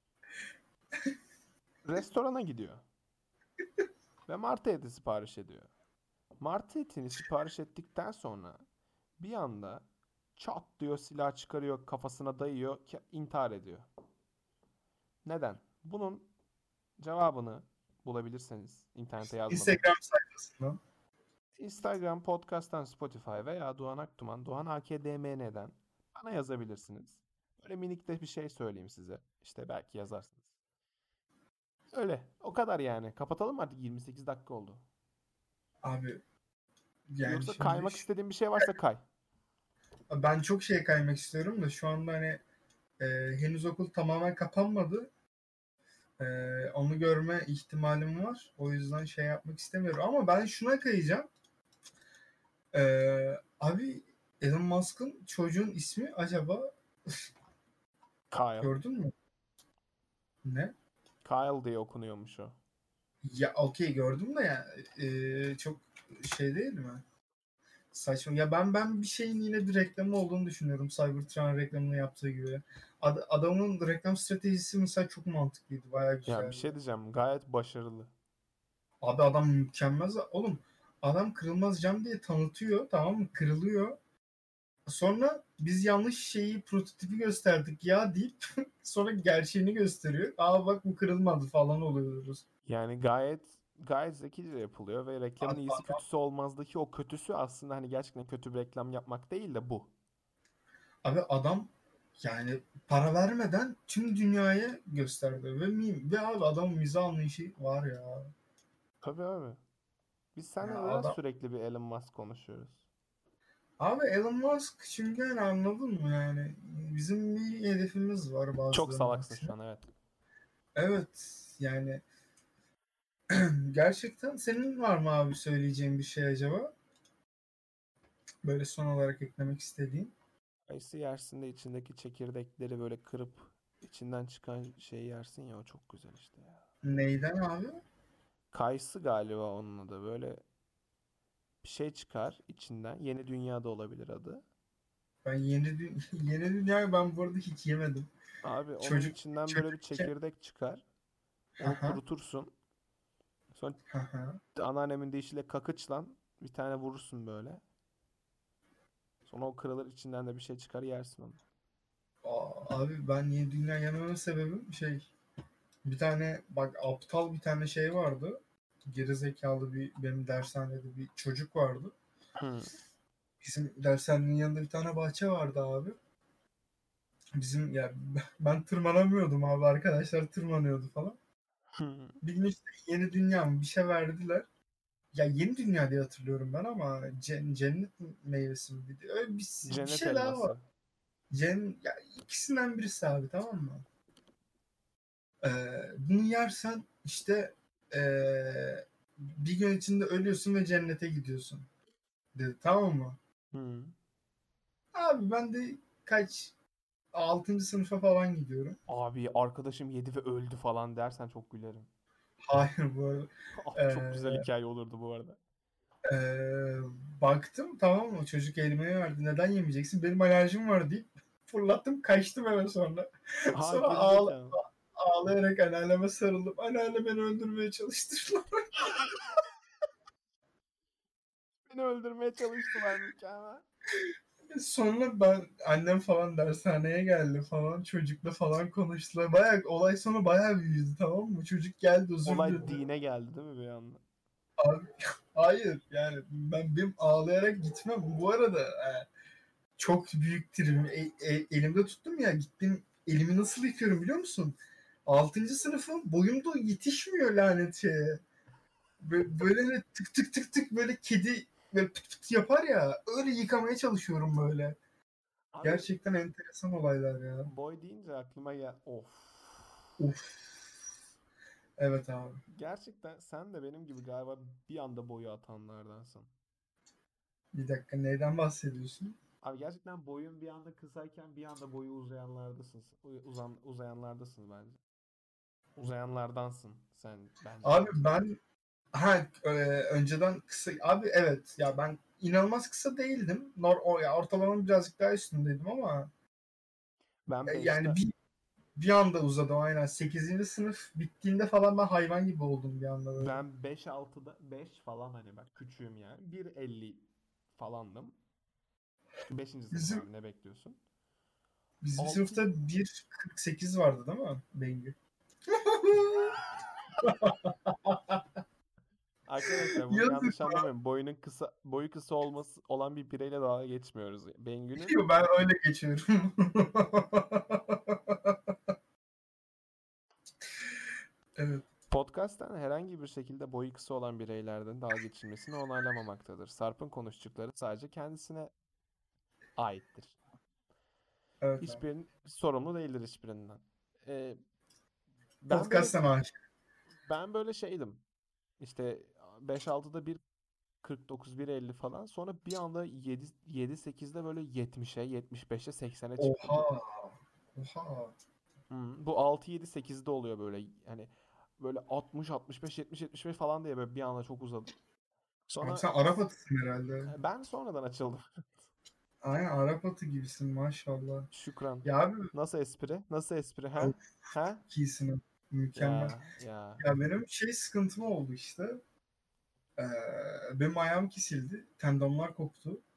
Restorana gidiyor ve martı eti sipariş ediyor. Martı etini sipariş ettikten sonra bir anda çat diyor silah çıkarıyor kafasına dayıyor ki intihar ediyor. Neden? Bunun cevabını bulabilirseniz internete yazmadan. Instagram sayfasından. Instagram, Podcast'tan, Spotify veya Doğan Aktuman, Doğan A K D M N'den bana yazabilirsiniz. Böyle minik de bir şey söyleyeyim size. İşte belki yazarsınız. Öyle. O kadar yani. Kapatalım mı artık? yirmi sekiz dakika oldu. Abi yani Yoksa şimdi kaymak şu- istediğin bir şey varsa kay. ben çok şeye kaymak istiyorum da şu anda hani e, henüz okul tamamen kapanmadı. E, onu görme ihtimalim var. O yüzden şey yapmak istemiyorum. Ama ben şuna kayacağım. E, abi Elon Musk'ın çocuğun ismi acaba Kyle. gördün mü? Ne? Kyle diye okunuyormuş o. Ya okey gördüm de ya e, çok şey değil mi? Saçma. Ya ben ben bir şeyin yine bir reklamı olduğunu düşünüyorum. Cybertron reklamını yaptığı gibi. Ad- adamın reklam stratejisi mesela çok mantıklıydı. Bayağı Ya bir güzeldi. şey diyeceğim. Gayet başarılı. Abi adam mükemmel. Oğlum adam kırılmaz cam diye tanıtıyor. Tamam mı? Kırılıyor. Sonra biz yanlış şeyi prototipi gösterdik ya deyip sonra gerçeğini gösteriyor. Aa bak bu kırılmadı falan oluyoruz. Yani gayet gayet zekice yapılıyor ve reklamın Abi, iyisi kötüsü olmazdaki o kötüsü aslında hani gerçekten kötü bir reklam yapmak değil de bu. abi adam yani para vermeden tüm dünyaya gösterdi ve mi- ve abi adamın mizah anlayışı var ya. Tabii abi. Biz Yani seninle neden adam sürekli bir Elon Musk konuşuyoruz? abi Elon Musk çünkü yani anladın mı yani bizim bir hedefimiz var Çok bazılarının salaksın aksine. şu an, evet. Evet yani gerçekten senin var mı abi söyleyeceğin bir şey acaba? Böyle son olarak eklemek istediğin. Kayısı yersin de içindeki çekirdekleri böyle kırıp içinden çıkan şeyi yersin ya, o çok güzel işte ya. Neyden abi? Kayısı galiba onun adı. Böyle bir şey çıkar içinden. Yeni Dünya'da olabilir adı. Ben yeni dü- yeni dünyayı ben bu arada hiç yemedim. Abi onun Çocuk içinden böyle bir çocukken çekirdek çıkar. Onu haha kurutursun. Sonra haha. anneannemin deyişiyle kakıçla bir tane vurursun böyle. Sonra o kırılır, içinden de bir şey çıkar, yersin onu. Aa, abi ben yeni dünya yememe sebebim şey bir tane bak aptal bir tane şey vardı. Geri zekalı bir benim dershanede bir çocuk vardı. Hı. Bizim dershanenin yanında bir tane bahçe vardı abi. Bizim ya ben tırmanamıyordum abi arkadaşlar tırmanıyordu falan. Hı. Bir gün işte yeni dünya mı bir şey verdiler. Ya yeni dünya diye hatırlıyorum ben ama cen- cennet meyvesi mi? Bir- Öyle bir, bir Cennet şey daha var. elması. Cen, ya ikisinden birisi abi tamam mı? Ee, bunu yersen işte ee, bir gün içinde ölüyorsun ve cennete gidiyorsun dedi tamam mı? Hı. Abi ben de kaç altıncı sınıfa falan gidiyorum. Abi arkadaşım yedi ve öldü falan dersen çok gülerim. Hayır bu arada. Abi çok güzel Ee, hikaye olurdu bu arada. ee, baktım tamam mı? Çocuk elmayı verdi. Neden yemeyeceksin? Benim alerjim var deyip fırlattım kaçtım hemen sonra. Ha, Sonra ağla, gerizekalı. ağlayarak anneanneme sarıldım. Anneanne beni öldürmeye çalıştılar. Beni öldürmeye çalıştılar, mükemmel. Sonra ben annem falan dershaneye geldi falan çocukla falan konuştular. Bayağı olay sonu bayağı büyüdü tamam mı? Çocuk geldi özür Olay diledi. dine geldi değil mi bir anda? Abi, hayır yani ben benim ağlayarak gitmem. Bu arada e, çok büyüktür. E, e, elimde tuttum ya gittim elimi nasıl yıkıyorum biliyor musun? Altıncı sınıfım boyum da yetişmiyor lanet şeye. Bö- Böyle hani tık tık tık tık böyle kedi böyle pıt pıt yapar ya öyle yıkamaya çalışıyorum böyle. Abi Gerçekten enteresan olaylar ya. boy deyince aklıma gel. Of. Uf. Evet abi. Gerçekten sen de benim gibi galiba bir anda boyu atanlardansın. Bir dakika neyden bahsediyorsun? Abi gerçekten boyun bir anda kısayken bir anda boyu uzayanlardasın. Uzan, uzayanlardasın bence. Uzayanlardansın sen bence Abi gerçekten. ben ha e, önceden kısa abi evet ya ben inanılmaz kısa değildim. Nor o ya ortalamanın birazcık daha üstündeydim ama Ben e, yani beşte bir bir anda uzadım aynen. Sekizinci sınıf bittiğinde falan ben hayvan gibi oldum bir anda böyle. ben beş altıda beş falan, hani bak küçüğüm yani. bir elli falandım. Çünkü beşinci sınıf Bizim abi, ne bekliyorsun? bizim altı sınıfta bir kırk sekiz vardı değil mi Bengü? Arkadaşlar bunu Yazık. yanlış anlamayın. Boyunun kısa boyu kısa olması olan bir bireyle dalga geçmiyoruz. Bengü'nün Yo, ben öyle geçiyorum. Evet. podcast'ten herhangi bir şekilde boyu kısa olan bireylerden dalga geçilmesini onaylamamaktadır. Sarp'ın konuştukları sadece kendisine aittir. Evet abi. Hiçbirinin sorumlu değildir hiçbirinden. Ee, ben böyle Podcast'tan aşık. ben böyle şeydim. İşte beş altıda bir kırk dokuz bir elli falan. Sonra bir anda yedi yedi sekizde böyle yetmişe, yetmiş beşe, seksene çıktım. Oha. Oha. Hmm, bu altı yedi sekizde oluyor böyle. Hani böyle altmış altmış beş yetmiş yetmiş beş falan diye böyle bir anda çok uzadım. Abi Sonra sen Arap atısın herhalde. ben sonradan açıldım. Aynen Arap atı gibisin maşallah. Şükran. Ya abi Nasıl espri? Nasıl espri? of, Ha? Ha? çok iyisin. Mükemmel. Ya ya. Ya benim şey sıkıntım oldu işte. Ee, benim ayağım kesildi. Tendonlar koptu.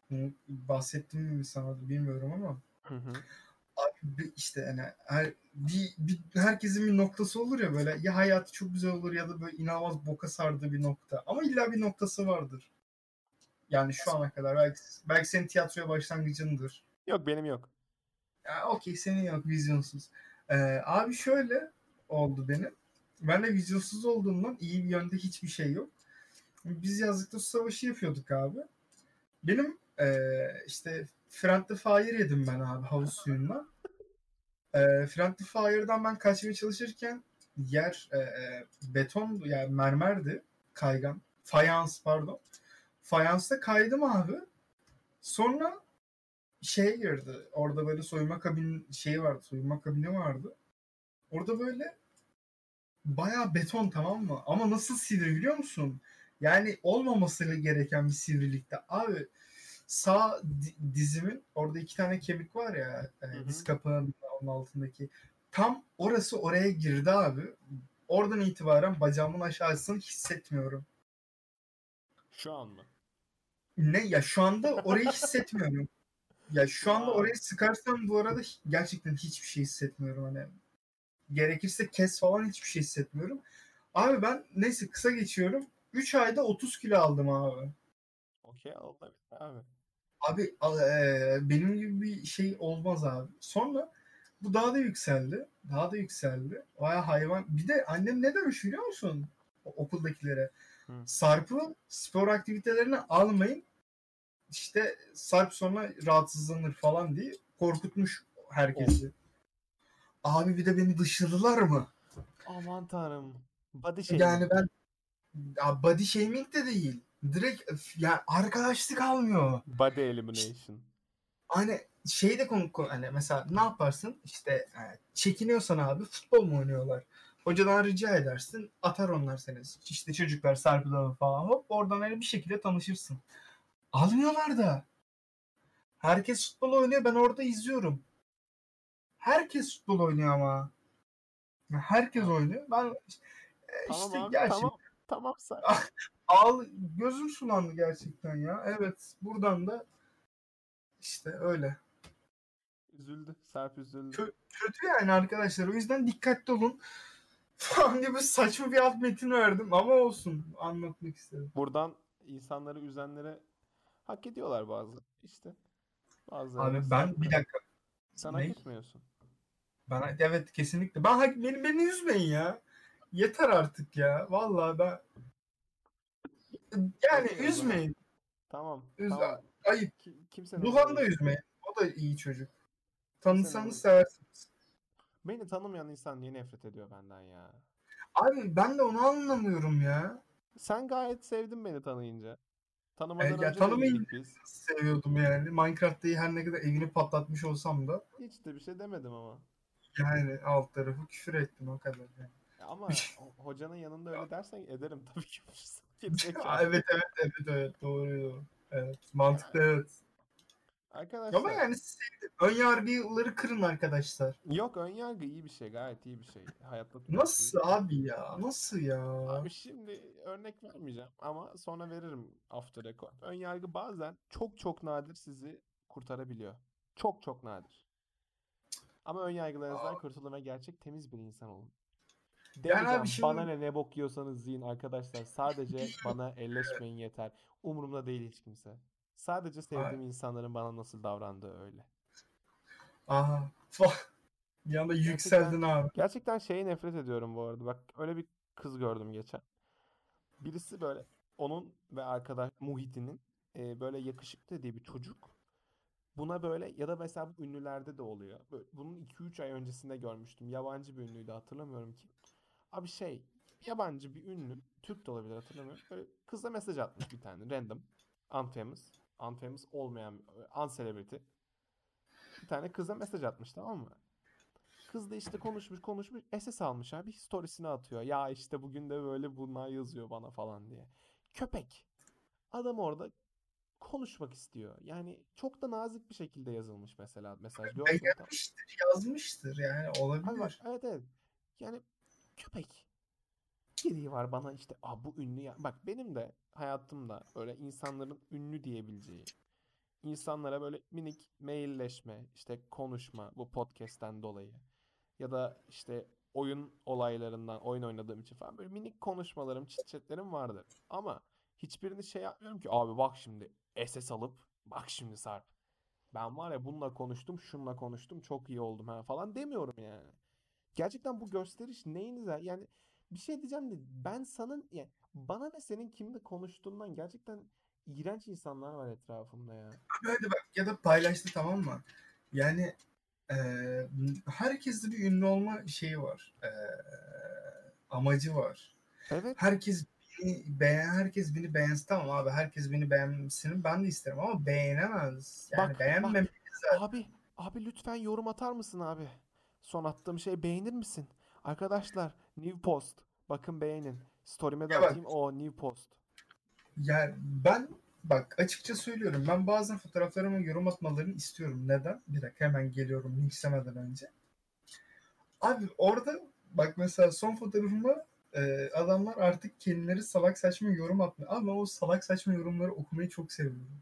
Bunu bahsettim mi sana bilmiyorum ama Hı hı. abi işte yani her, bir, bir, herkesin bir noktası olur ya, böyle ya hayatı çok güzel olur ya da böyle inanılmaz boka sardığı bir nokta. Ama illa bir noktası vardır. Yani şu ana kadar belki, belki senin tiyatroya başlangıcındır. Yok, benim yok. Ya okey, senin yok, vizyonsuz. Ee, abi şöyle oldu benim. Ben de vizyonsuz olduğumdan iyi bir yönde hiçbir şey yok. Biz yazlıkta su savaşı yapıyorduk abi. Benim eee, işte Friendly Fire yedim ben abi, havuz suyundan. Eee Friendly Fire'dan ben kaçmaya çalışırken yer eee, beton, yani mermerdi. Kaygan. Fayans, pardon. Fayansta kaydım abi. Sonra şeye girdi. Orada böyle soyunma kabin şeyi vardı. Soyunma kabini vardı. Orada böyle bayağı beton, tamam mı? Ama nasıl sivri biliyor musun? Yani olmaması gereken bir sivrilikte. Abi sağ di- dizimin orada iki tane kemik var ya, Hı e, diz hı. kapağının onun altındaki. Tam orası oraya girdi abi. Oradan itibaren bacağımın aşağısını hissetmiyorum. Şu an mı? Ne ya, şu anda orayı hissetmiyorum. Ya şu anda orayı Wow. sıkarsam bu arada gerçekten hiçbir şey hissetmiyorum. Hani gerekirse kes falan, hiçbir şey hissetmiyorum. Abi ben neyse, kısa geçiyorum. üç ayda otuz kilo aldım abi. Okey, olabilir abi. Abi a- e, benim gibi bir şey olmaz abi. Sonra bu daha da yükseldi. Daha da yükseldi. Baya hayvan. Bir de annem ne demiş biliyor musun? O- okuldakilere. Hı. Sarp'ı spor aktivitelerine almayın. İşte Sarp sonra rahatsızlanır falan diye korkutmuş Of. herkesi. Abi bir de beni dışladılar mı? Aman tanrım. Body Yani shaming. ben, ya body shaming de değil. Direkt öf, ya arkadaşlık almıyor. Body elimination. Hani şey de konu, konu- hani mesela ne yaparsın işte, e, çekiniyorsan abi futbol mu oynuyorlar? Hocadan rica edersin, atar onlar seni. İşte çocuklar Sarp'ı falan, hop oradan hani bir şekilde tanışırsın. Almıyorlar da. Herkes futbol oynuyor, ben orada izliyorum. Herkes futbol oynuyor ama. Herkes Abi, oynuyor. Ben e, tamam işte abi, tamam. gerçekten Tamam sen. ağl gözüm sulandı gerçekten ya. Evet, buradan da işte öyle. Üzüldü. Serp üzüldü. Kö- kötü yani arkadaşlar. O yüzden dikkatli olun. Falan gibi saçma bir alt metin verdim ama olsun. Anlatmak istedim. Buradan insanları üzenlere hak ediyorlar bazı. İşte bazılarına Abi ben bir saygı. dakika. Sen hak Ne? etmiyorsun. Bana evet, kesinlikle. Ben hak- beni beni üzmeyin ya. Yeter artık ya. Vallahi ben, yani Okey o zaman. üzmeyin. Tamam. Üz Tamam. ayıp. Ki- kimsenin umurunda Duhan da değil. üzmeyin. O da iyi çocuk. Kimsenin Tanısanız umurunda. seversiniz. Beni tanımayan insan niye nefret ediyor benden ya? Abi ben de onu anlamıyorum ya. Sen gayet sevdin beni tanıyınca. E, Tanımadan ya önce de tanımayınca iyiydik biz. seviyordum yani. Minecraft'ta her ne kadar evini patlatmış olsam da, Hiç de bir şey demedim ama. yani alt tarafı küfür ettim, o kadar yani. Ya ama o- hocanın yanında öyle dersen ederim tabii ki. Aa, Gerizekalı. evet evet evet evet, doğru doğru. Evet, mantıklı, Ya, evet. Ama arkadaşlar, yani sevdim. Ön yargıları kırın arkadaşlar. yok, önyargı iyi bir şey, gayet iyi bir şey. Hayatta tutarsın Nasıl değil mi? abi ya? Nasıl ya? Abi şimdi örnek vermeyeceğim ama sonra veririm after record. Önyargı bazen çok çok nadir sizi kurtarabiliyor. Çok çok nadir. Ama önyargılarınızdan kurtulun ve gerçek temiz bir insan olun. Yani abi Demeyeceğim bana şimdi ne ne bok yiyorsanız yiyin arkadaşlar. Sadece bana elleşmeyin yeter. Umurumda değil hiç kimse. Sadece Ay, sevdiğim insanların bana nasıl davrandığı öyle. aha. Fa- Bir anda Gerçekten yükseldin abi. gerçekten şeye nefret ediyorum bu arada. Bak öyle bir kız gördüm geçen. Birisi böyle onun ve arkadaş muhitinin e, böyle yakışıklı dediği bir çocuk. Buna böyle ya da mesela bu ünlülerde de oluyor. Böyle, bunun iki üç ay öncesinde görmüştüm. Yabancı bir ünlüydü, hatırlamıyorum ki. Abi şey, yabancı bir ünlü, Türk de olabilir, hatırlamıyorum. Böyle kıza mesaj atmış bir tane random. Unfamous. Unfamous olmayan, uncelebrity. Bir tane kıza mesaj atmış, tamam mı? Kız da işte konuşmuş konuşmuş S S almış abi, storiesine atıyor. Ya işte bugün de böyle bunlar yazıyor bana falan diye. Köpek. Adam orada konuşmak istiyor. Yani çok da nazik bir şekilde yazılmış mesela mesaj, görsün tam. Beğenmiştir, yazmıştır, yani Abi bak, olabilir. evet evet. Yani köpek. Gereği var bana işte, ah bu ünlü ya. Bak benim de hayatımda öyle insanların ünlü diyebileceği. insanlara böyle minik mailleşme, işte konuşma bu podcast'ten dolayı ya da işte oyun olaylarından oyun oynadığım için falan böyle minik konuşmalarım, chit-chat'lerim vardır. Ama hiçbirini şey yapmıyorum ki abi bak şimdi S S alıp bak şimdi Sarp ben var ya bununla konuştum, şununla konuştum, çok iyi oldum ha falan demiyorum yani. Gerçekten bu gösteriş neyinize yani bir şey diyeceğim de ben sana yani bana ne senin kimle konuştuğundan gerçekten iğrenç insanlar var etrafımda ya. Hadi bak ya da paylaştı, tamam mı? Yani eee herkeste bir ünlü olma şeyi var. Eee, amacı var. Evet Herkes beni beğen, herkes beni beğensin, tamam abi. Herkes beni beğensin, ben de isterim ama beğenemez. Yani bak bak beğenmem. abi abi lütfen yorum atar mısın abi? Son attığım şey beğenir misin? Arkadaşlar new post bakın beğenin. Story'me de Ya bak, atayım o new post. yani ben bak açıkça söylüyorum. Ben bazen fotoğraflarıma yorum atmalarını istiyorum. Neden? Bir dakika, hemen geliyorum linkslemeden önce. Abi orada bak, mesela son fotoğrafıma e, adamlar artık kendileri salak saçma yorum atmıyor. Ama o salak saçma yorumları okumayı çok seviyorum.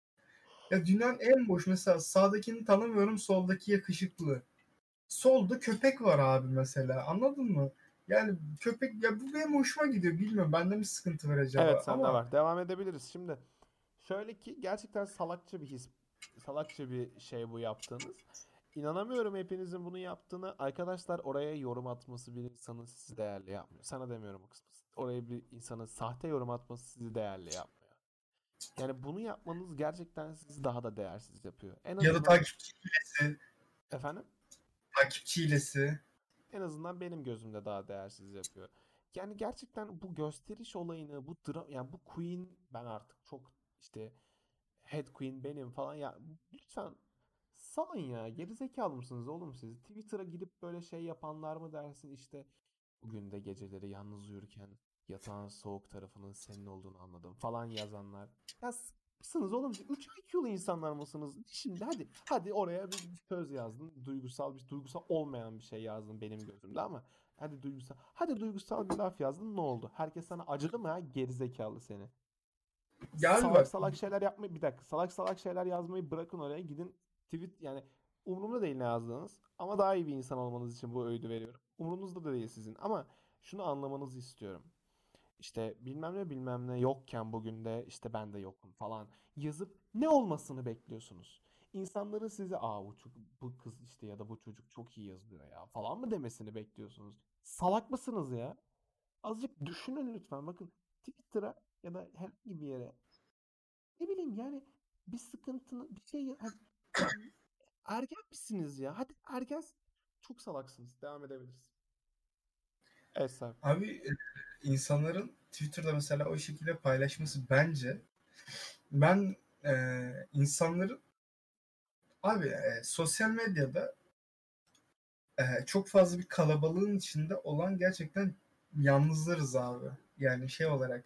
Ya dünyanın en boş, mesela sağdakini tanımıyorum, soldaki yakışıklı. Solda köpek var abi mesela, anladın mı? Yani köpek, ya bu benim hoşuma gidiyor, bilmiyorum bende mi sıkıntı var Evet acaba sende ama var. Devam edebiliriz. Şimdi şöyle ki gerçekten salakça bir his, salakça bir şey bu yaptığınız. İnanamıyorum hepinizin bunu yaptığını. Arkadaşlar oraya yorum atması bir insanın sizi değerli yapmıyor. Sana demiyorum o kısmı. Oraya bir insanın sahte yorum atması sizi değerli yapmıyor. Yani bunu yapmanız gerçekten sizi daha da değersiz yapıyor. En ya da azından takipçi hilesi, efendim takipçi hilesi. en azından benim gözümde daha değersiz yapıyor. Yani gerçekten bu gösteriş olayını, bu dra yani bu Queen ben artık çok işte Head Queen benim falan ya lütfen salın ya gerizekalı mısınız oğlum siz? Twitter'a gidip böyle şey yapanlar mı dersin işte bugün de geceleri yalnız uyurken yatağın soğuk tarafının senin olduğunu anladım falan yazanlar. Ya mısınız oğlum siz? üç I Q'lu insanlar mısınız? Şimdi hadi hadi oraya bir söz yazdın. Duygusal bir duygusal olmayan bir şey yazdın benim gözümde ama hadi duygusal. Hadi duygusal bir laf yazdın ne oldu? Herkes sana acıdı mı ha gerizekalı seni? Ya abi Salak bak, salak şeyler yapmayı bir dakika salak salak şeyler yazmayı bırakın oraya gidin tweet yani umurumda değil ne yazdığınız ama daha iyi bir insan olmanız için bu öğüdü veriyorum. Umurunuzda da değil sizin ama şunu anlamanızı istiyorum. İşte bilmem ne bilmem ne yokken bugün de işte ben de yokum falan yazıp ne olmasını bekliyorsunuz? İnsanların size aa bu, çok, bu kız işte ya da bu çocuk çok iyi yazıyor ya falan mı demesini bekliyorsunuz? Salak mısınız ya? Azıcık düşünün lütfen. Bakın Twitter'a ya da herhangi bir yere ne bileyim yani bir sıkıntını bir şey hadi, ya ergen misiniz ya? Hadi ergen çok salaksınız. Devam edebiliriz. Evet Sarp. abi e, insanların Twitter'da mesela o şekilde paylaşması, bence ben e, insanların abi e, sosyal medyada e, çok fazla bir kalabalığın içinde olan gerçekten yalnızlarız abi. Yani şey olarak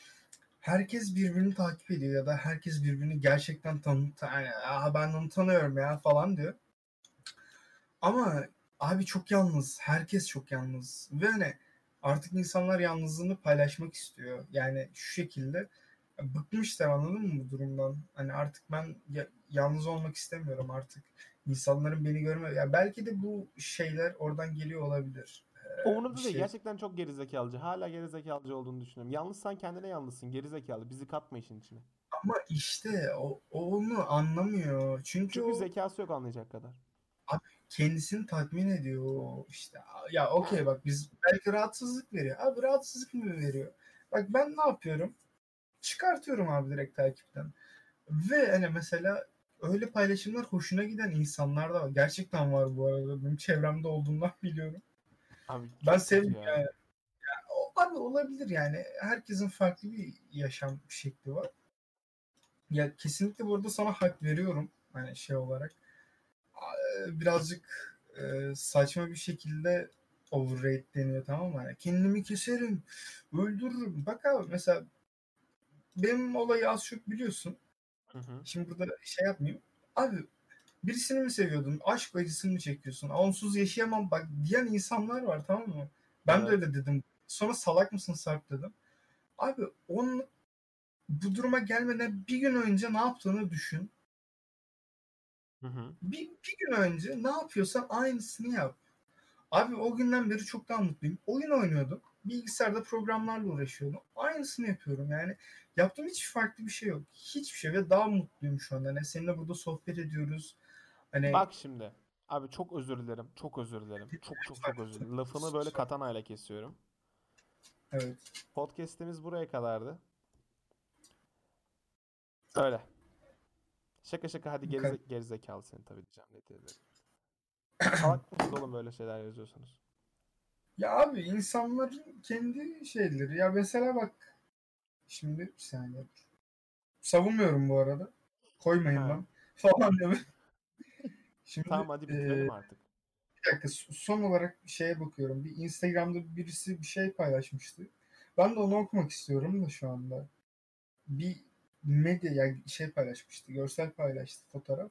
herkes birbirini takip ediyor ya da herkes birbirini gerçekten tanı, yani, "Aa, ben onu tanıyorum ya" falan diyor. Ama abi çok yalnız. Herkes çok yalnız. Ve hani artık insanlar yalnızlığını paylaşmak istiyor. Yani şu şekilde bıkmışlar, anladın mı bu durumdan? Hani artık ben ya- yalnız olmak istemiyorum artık. İnsanların beni görme. Ya belki de bu şeyler oradan geliyor olabilir. Ee, bir Umurumda değil. şey. Gerçekten çok gerizekalıcı. Hala gerizekalıcı olduğunu düşünüyorum. Yalnızsan kendine yalnızsın. Gerizekalı. Bizi katma işin içine. Ama işte o, o onu anlamıyor. Çünkü Çünkü o zekası yok anlayacak kadar. abi kendisini tatmin ediyor. İşte ya okey, bak biz belki rahatsızlık veriyor. Abi rahatsızlık mı veriyor? Bak ben ne yapıyorum? Çıkartıyorum abi direkt takipten. Ve hani mesela öyle paylaşımlar hoşuna giden insanlar da var. Gerçekten var bu arada. Benim çevremde olduğundan biliyorum. Abi Ben çok kötü sevmiyorum ya. yani. O, abi olabilir yani. Herkesin farklı bir yaşam şekli var. Ya kesinlikle burada sana hak veriyorum. Hani şey olarak. Ee, birazcık e, saçma bir şekilde overrate deniyor, tamam mı? Yani kendimi keserim, öldürürüm. Bak abi mesela benim olayı az çok biliyorsun. Hı hı. Şimdi burada şey yapmayayım. Abi birisini mi seviyordun? Aşk acısını mı çekiyorsun? Onsuz yaşayamam bak diyen insanlar var, tamam mı? Ben de Evet. öyle dedim. Sonra salak mısın Sarp dedim. Abi onun bu duruma gelmeden bir gün önce ne yaptığını düşün. Hı hı. Bir, bir gün önce ne yapıyorsan aynısını yap. Abi o günden beri çok daha mutluyum. Oyun oynuyordum. Bilgisayarda programlarla uğraşıyordum. Aynısını yapıyorum yani. Yaptığım hiç farklı bir şey yok. Hiçbir şey ve daha mutluyum şu anda. Yani seninle burada sohbet ediyoruz. Hani Bak şimdi. Abi çok özür dilerim. Çok özür dilerim. Çok çok lütfen, çok özür lütfen. dilerim. Lafını böyle katanayla kesiyorum. Evet. Podcast'imiz buraya kadardı. Öyle. Şaka şaka hadi Bu kadar. gerize gerizekalı seni tabii diyeceğim. Ne diyeyim. Salak mısınız oğlum böyle şeyler yazıyorsunuz? Ya abi insanların kendi şeyleri. Ya mesela bak şimdi bir saniye. Savunmuyorum bu arada. Koymayın Ha. lan. Falan deme. Tamam Şimdi hadi e, bitirelim artık. bir dakika son olarak şeye bakıyorum. Bir Instagram'da birisi bir şey paylaşmıştı. Ben de onu okumak istiyorum da şu anda. Bir medya ya şey paylaşmıştı. Görsel paylaştı fotoğraf.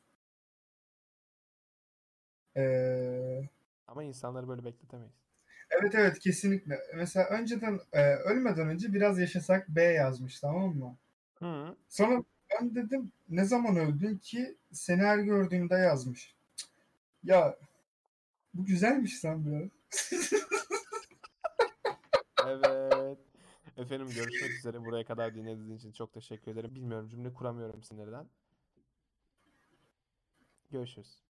Ee, Ama insanları böyle bekletemeyiz. evet evet kesinlikle. Mesela önceden e, ölmeden önce biraz yaşasak B yazmış tamam mı? Hı. Sonra ben dedim ne zaman öldün ki seni her gördüğümde yazmış. Ya bu güzelmiş lan biraz. Evet. Efendim görüşmek üzere. Buraya kadar dinlediğiniz için çok teşekkür ederim. Bilmiyorum cümle kuramıyorum sinirden. Görüşürüz.